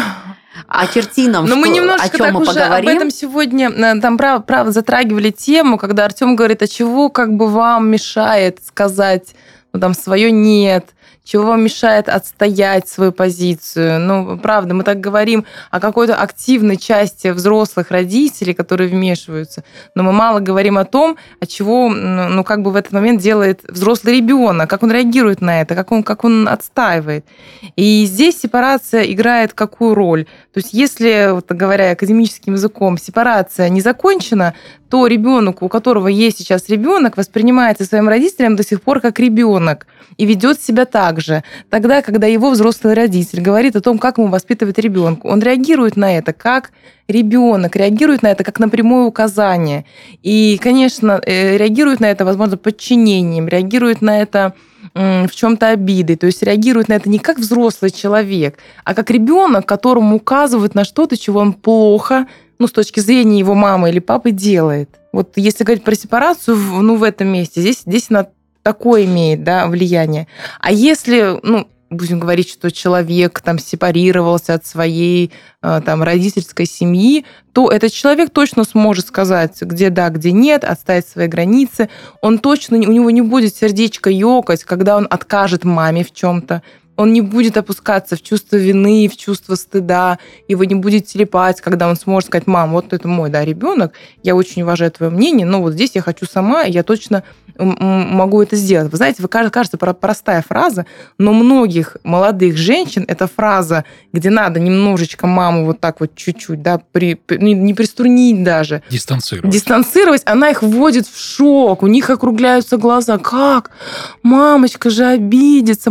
Очерти нам,
мы немножко
о чем мы поговорим.
Об этом сегодня там правда затрагивали тему, когда Артем говорит, а чего как бы вам мешает сказать свое «нет», чего вам мешает отстоять свою позицию. Правда, мы так говорим о какой-то активной части взрослых родителей, которые вмешиваются, но мы мало говорим о том, чего как бы в этот момент делает взрослый ребенок, как он реагирует на это, как он отстаивает. И здесь сепарация играет какую роль? То есть если, говоря академическим языком, сепарация не закончена, то ребенок, у которого есть сейчас ребенок, воспринимается своим родителем до сих пор как ребенок и ведет себя так же. Тогда, когда его взрослый родитель говорит о том, как ему воспитывать ребенка, он реагирует на это как ребенок, реагирует на это как на прямое указание. И, конечно, реагирует на это, возможно, подчинением, реагирует на это в чем-то обидой. То есть реагирует на это не как взрослый человек, а как ребенок, которому указывают на что-то, чего он плохо, с точки зрения его мамы или папы делает. Вот если говорить про сепарацию, в этом месте, здесь она такое имеет, влияние. А если, будем говорить, что человек сепарировался от своей родительской семьи, то этот человек точно сможет сказать, где да, где нет, отставить свои границы. Он точно, у него не будет сердечко ёкать, когда он откажет маме в чем-то. Он не будет опускаться в чувство вины, в чувство стыда, его не будет телепать, когда он сможет сказать: мам, вот это мой ребенок, я очень уважаю твое мнение, но вот здесь я хочу сама, и я точно могу это сделать. Вы знаете, кажется, простая фраза, но многих молодых женщин эта фраза, где надо немножечко маму вот так вот чуть-чуть, не приструнить даже. Дистанцировать, она их вводит в шок, у них округляются глаза. Как? Мамочка же обидится,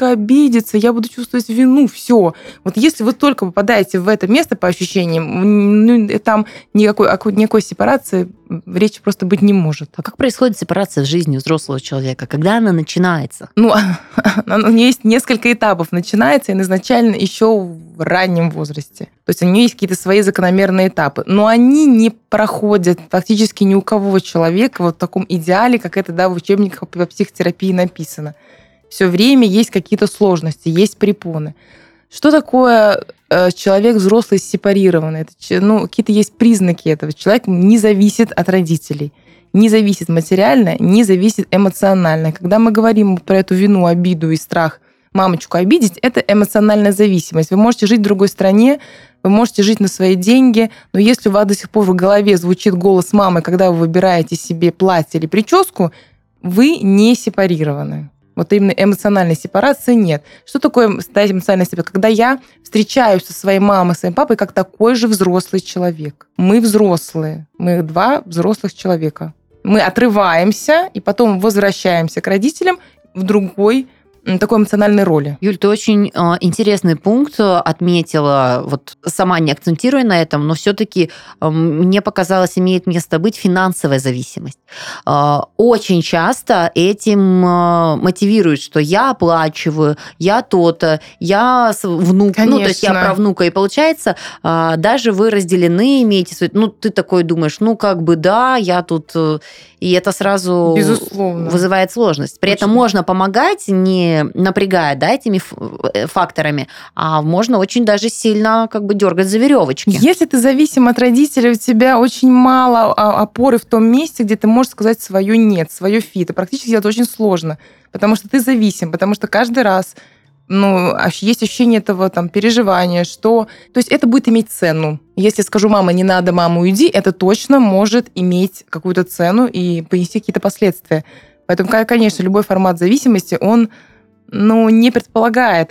я буду чувствовать вину, все. Вот если вы только попадаете в это место по ощущениям, там никакой сепарации речи просто быть не может.
А как происходит сепарация в жизни взрослого человека? Когда она начинается?
У нее есть несколько этапов. Начинается и изначально еще в раннем возрасте. То есть у нее есть какие-то свои закономерные этапы. Но они не проходят практически ни у кого человека в таком идеале, как это в учебниках по психотерапии написано. Все время есть какие-то сложности, есть препоны. Что такое человек взрослый сепарированный? Какие-то есть признаки этого. Человек не зависит от родителей, не зависит материально, не зависит эмоционально. Когда мы говорим про эту вину, обиду и страх мамочку обидеть, это эмоциональная зависимость. Вы можете жить в другой стране, вы можете жить на свои деньги, но если у вас до сих пор в голове звучит голос мамы, когда вы выбираете себе платье или прическу, вы не сепарированы. Вот именно эмоциональной сепарации нет. Что такое эмоциональная сепарация? Когда я встречаюсь со своей мамой, своим папой, как такой же взрослый человек. Мы взрослые. Мы два взрослых человека. Мы отрываемся и потом возвращаемся к родителям в другой такой эмоциональной роли.
Юль, ты очень интересный пункт отметила, вот сама не акцентируя на этом, но все-таки мне показалось, имеет место быть финансовая зависимость. Очень часто этим мотивируют, что я оплачиваю, я то-то, я внук,
Конечно.
то есть я правнука, и получается, даже вы разделены, имеете, ты такой думаешь, да, я тут, и это сразу
Безусловно.
вызывает сложность. При этом можно помогать, не напрягая, этими факторами, а можно очень даже сильно дергать за веревочки.
Если ты зависим от родителей, у тебя очень мало опоры в том месте, где ты можешь сказать свое нет, свое фи. Это практически это очень сложно, потому что ты зависим, потому что каждый раз есть ощущение этого переживания, что... То есть это будет иметь цену. Если скажу, мама, не надо, мама, уйди, это точно может иметь какую-то цену и понести какие-то последствия. Поэтому, конечно, любой формат зависимости, он не предполагает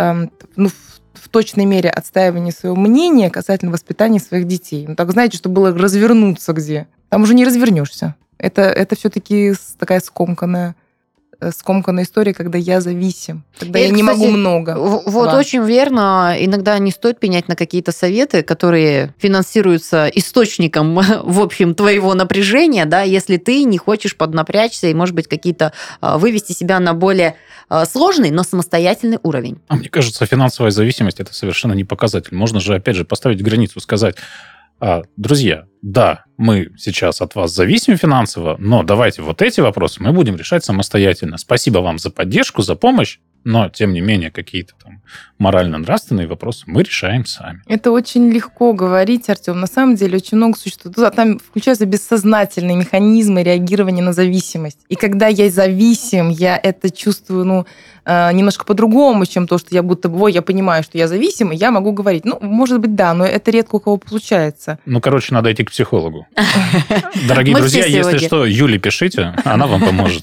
в точной мере отстаивания своего мнения касательно воспитания своих детей. Так знаете, что было развернуться где? Там уже не развернешься. Это все-таки такая скомканная история, когда я зависим, когда я не могу много.
Вот очень верно. Иногда не стоит пенять на какие-то советы, которые финансируются источником, в общем, твоего напряжения, если ты не хочешь поднапрячься и, может быть, какие-то вывести себя на более сложный, но самостоятельный уровень.
А мне кажется, финансовая зависимость – это совершенно не показатель. Можно же, опять же, поставить границу, сказать: друзья, да, мы сейчас от вас зависим финансово, но давайте вот эти вопросы мы будем решать самостоятельно. Спасибо вам за поддержку, за помощь, но, тем не менее, какие-то морально-нравственные вопросы мы решаем сами.
Это очень легко говорить, Артем. На самом деле очень много существует. Там включаются бессознательные механизмы реагирования на зависимость. И когда я зависим, я это чувствую, немножко по-другому, чем то, что я будто бы, я понимаю, что я зависим, и я могу говорить. Может быть, да, но это редко у кого получается.
Надо идти к психологу. Дорогие друзья, если что, Юле пишите, она вам поможет.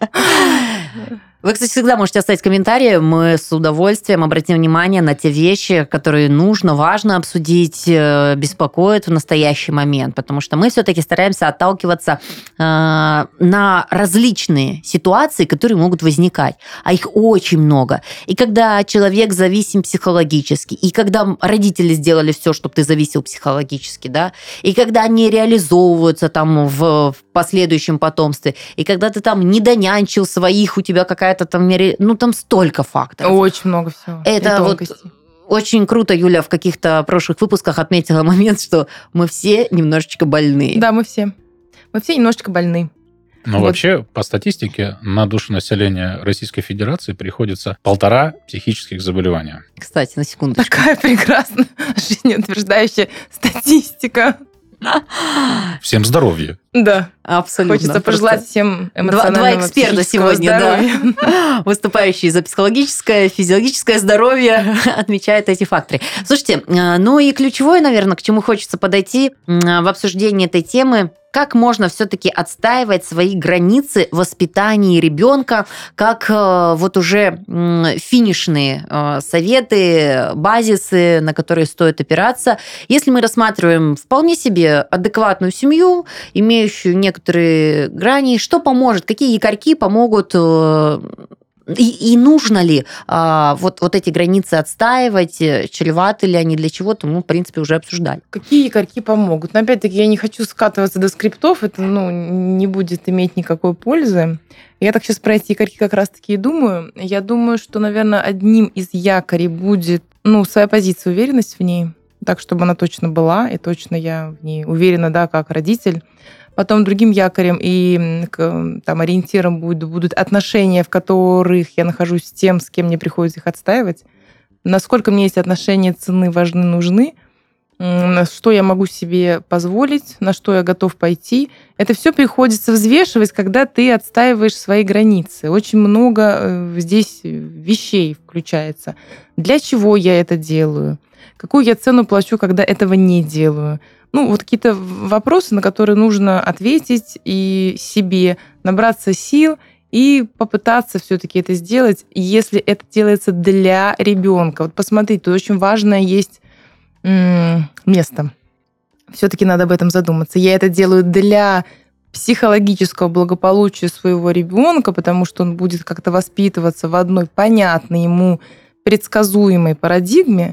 Вы, кстати, всегда можете оставить комментарии. Мы с удовольствием обратим внимание на те вещи, которые нужно, важно обсудить, беспокоят в настоящий момент, потому что мы все-таки стараемся отталкиваться на различные ситуации, которые могут возникать, а их очень много. И когда человек зависим психологически, и когда родители сделали все, чтобы ты зависел психологически, и когда они реализовываются в последующем потомстве, и когда ты не донянчил своих, у тебя какая-то там столько факторов.
Очень много всего.
Это очень круто, Юля в каких-то прошлых выпусках отметила момент, что мы все немножечко больные.
Да, мы все. Мы все немножечко больны.
Но вообще, по статистике, на душу населения Российской Федерации приходится 1,5 психических заболевания.
Кстати, на секундочку.
Такая прекрасная жизнеутверждающая статистика.
Всем здоровья.
Да.
Абсолютно.
Хочется пожелать всем эмоционального,
два эксперта сегодня,
здоровья.
Выступающие за психологическое, физиологическое здоровье отмечают эти факторы. Слушайте, и ключевое, наверное, к чему хочется подойти в обсуждении этой темы, как можно все-таки отстаивать свои границы воспитания ребенка, как уже финишные советы, базисы, на которые стоит опираться. Если мы рассматриваем вполне себе адекватную семью, имеющую некоторые грани, что поможет, какие якорьки помогут, и нужно ли эти границы отстаивать, чреваты ли они для чего-то, мы, в принципе, уже обсуждали.
Какие якорьки помогут? Но, опять-таки, я не хочу скатываться до скриптов, это не будет иметь никакой пользы. Я так сейчас про эти якорьки как раз-таки и думаю. Я думаю, что, наверное, одним из якорей будет своя позиция, уверенность в ней, так, чтобы она точно была, и точно я в ней уверена, как родитель. Потом другим якорем и ориентиром будут отношения, в которых я нахожусь с тем, с кем мне приходится их отстаивать. Насколько мне эти отношения ценны, важны, нужны, что я могу себе позволить, на что я готов пойти. Это все приходится взвешивать, когда ты отстаиваешь свои границы. Очень много здесь вещей включается. Для чего я это делаю? Какую я цену плачу, когда этого не делаю? Какие-то вопросы, на которые нужно ответить и себе набраться сил и попытаться все-таки это сделать, если это делается для ребенка. Посмотри, тут очень важное есть место. Все-таки надо об этом задуматься. Я это делаю для психологического благополучия своего ребенка, потому что он будет как-то воспитываться в одной понятной ему предсказуемой парадигме,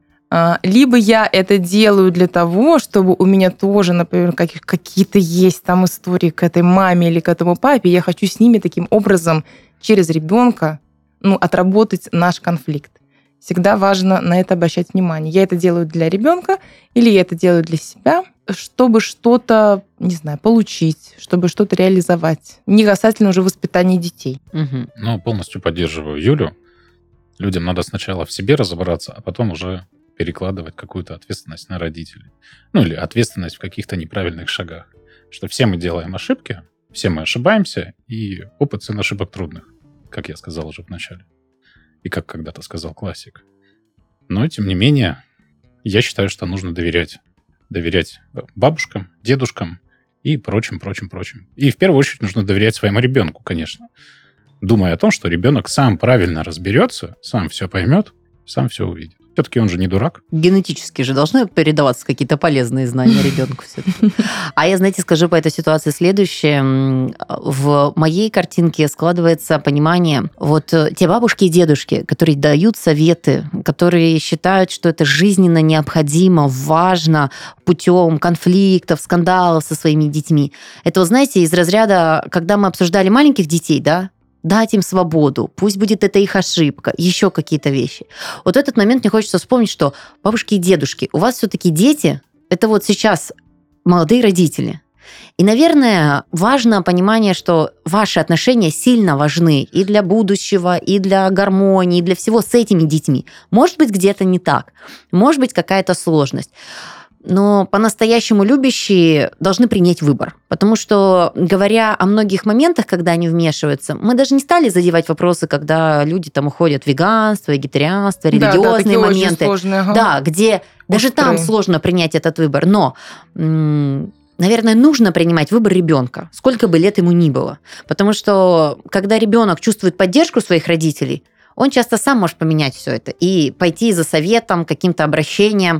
либо я это делаю для того, чтобы у меня тоже, например, какие-то есть там истории к этой маме или к этому папе, я хочу с ними таким образом через ребенка отработать наш конфликт. Всегда важно на это обращать внимание. Я это делаю для ребенка или я это делаю для себя, чтобы что-то, не знаю, получить, чтобы что-то реализовать. Не касательно уже воспитания детей.
Ну, полностью поддерживаю Юлю. Людям надо сначала в себе разобраться, а потом уже перекладывать какую-то ответственность на родителей. Ну, или ответственность в каких-то неправильных шагах. Что все мы делаем ошибки, все мы ошибаемся, и опыт сын ошибок трудных, как я сказал уже в начале. И как когда-то сказал классик. Но, тем не менее, я считаю, что нужно доверять. Доверять бабушкам, дедушкам и прочим. И в первую очередь нужно доверять своему ребенку, конечно. Думая о том, что ребенок сам правильно разберется, сам все поймет, сам все увидит. Все-таки он же не дурак.
Генетически же должны передаваться какие-то полезные знания ребенку все-таки. А я, знаете, скажу по этой ситуации следующее. В моей картинке складывается понимание, вот те бабушки и дедушки, которые дают советы, которые считают, что это жизненно необходимо, важно путем конфликтов, скандалов со своими детьми. Это, вот, знаете, из разряда, когда мы обсуждали маленьких детей, да, дать им свободу, пусть будет это их ошибка, еще какие-то вещи. Вот в этот момент мне хочется вспомнить, что бабушки и дедушки, у вас все-таки дети, это вот сейчас молодые родители. И, наверное, важно понимание, что ваши отношения сильно важны и для будущего, и для гармонии, и для всего с этими детьми. Может быть, где-то не так, может быть, какая-то сложность. Но по-настоящему любящие должны принять выбор. Потому что, говоря о многих моментах, когда они вмешиваются, мы даже не стали задевать вопросы, когда люди там уходят в веганство, вегетарианство, религиозные моменты.
Сложные,
Да, где даже там сложно принять этот выбор. Но, наверное, нужно принимать выбор ребенка, сколько бы лет ему ни было. Потому что, когда ребенок чувствует поддержку своих родителей, он часто сам может поменять все это и пойти за советом, каким-то обращением.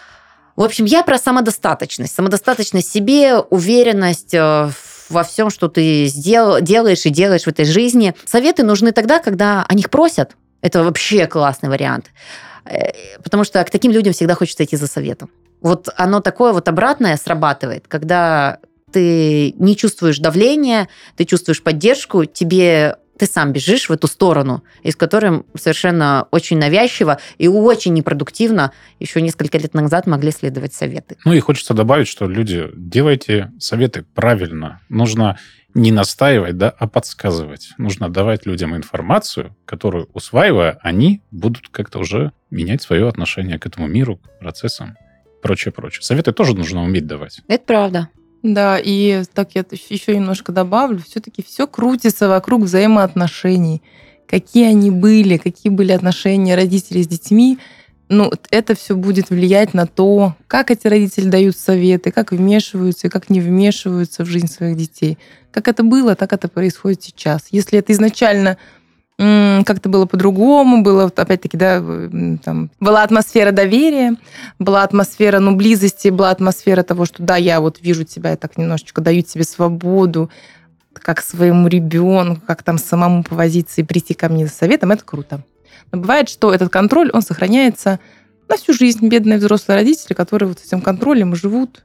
В общем, я про самодостаточность. Самодостаточность в себе, уверенность во всем, что ты делаешь и делаешь в этой жизни. Советы нужны тогда, когда о них просят. Это вообще классный вариант. Потому что к таким людям всегда хочется идти за советом. Вот оно такое вот обратное срабатывает, когда ты не чувствуешь давления, ты чувствуешь поддержку, ты сам бежишь в эту сторону, из которой совершенно очень навязчиво и очень непродуктивно еще несколько лет назад могли следовать советы.
Ну и хочется добавить, что люди, делайте советы правильно. Нужно не настаивать, да, а подсказывать. Нужно давать людям информацию, которую, усваивая, они будут как-то уже менять свое отношение к этому миру, к процессам, прочее. Советы тоже нужно уметь давать.
Это правда.
Да, и так я еще немножко добавлю, все-таки все крутится вокруг взаимоотношений. Какие они были, какие были отношения родителей с детьми, это все будет влиять на то, как эти родители дают советы, как вмешиваются и как не вмешиваются в жизнь своих детей. Как это было, так это происходит сейчас. Если это изначально как-то было по-другому, было, опять-таки, да, там, была атмосфера доверия, была атмосфера, близости, была атмосфера того, что да, я вот вижу тебя, я так немножечко даю тебе свободу, как своему ребенку, как там самому повозиться и прийти ко мне за советом, это круто. Но бывает, что этот контроль, он сохраняется на всю жизнь. Бедные взрослые родители, которые вот с этим контролем живут,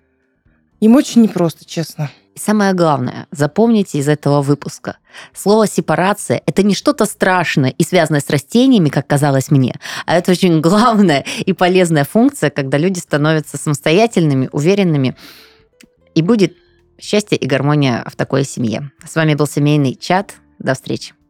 им очень непросто, честно.
И самое главное, запомните из этого выпуска. Слово «сепарация» — это не что-то страшное и связанное с растениями, как казалось мне, а это очень главная и полезная функция, когда люди становятся самостоятельными, уверенными, и будет счастье и гармония в такой семье. С вами был семейный чат. До встречи.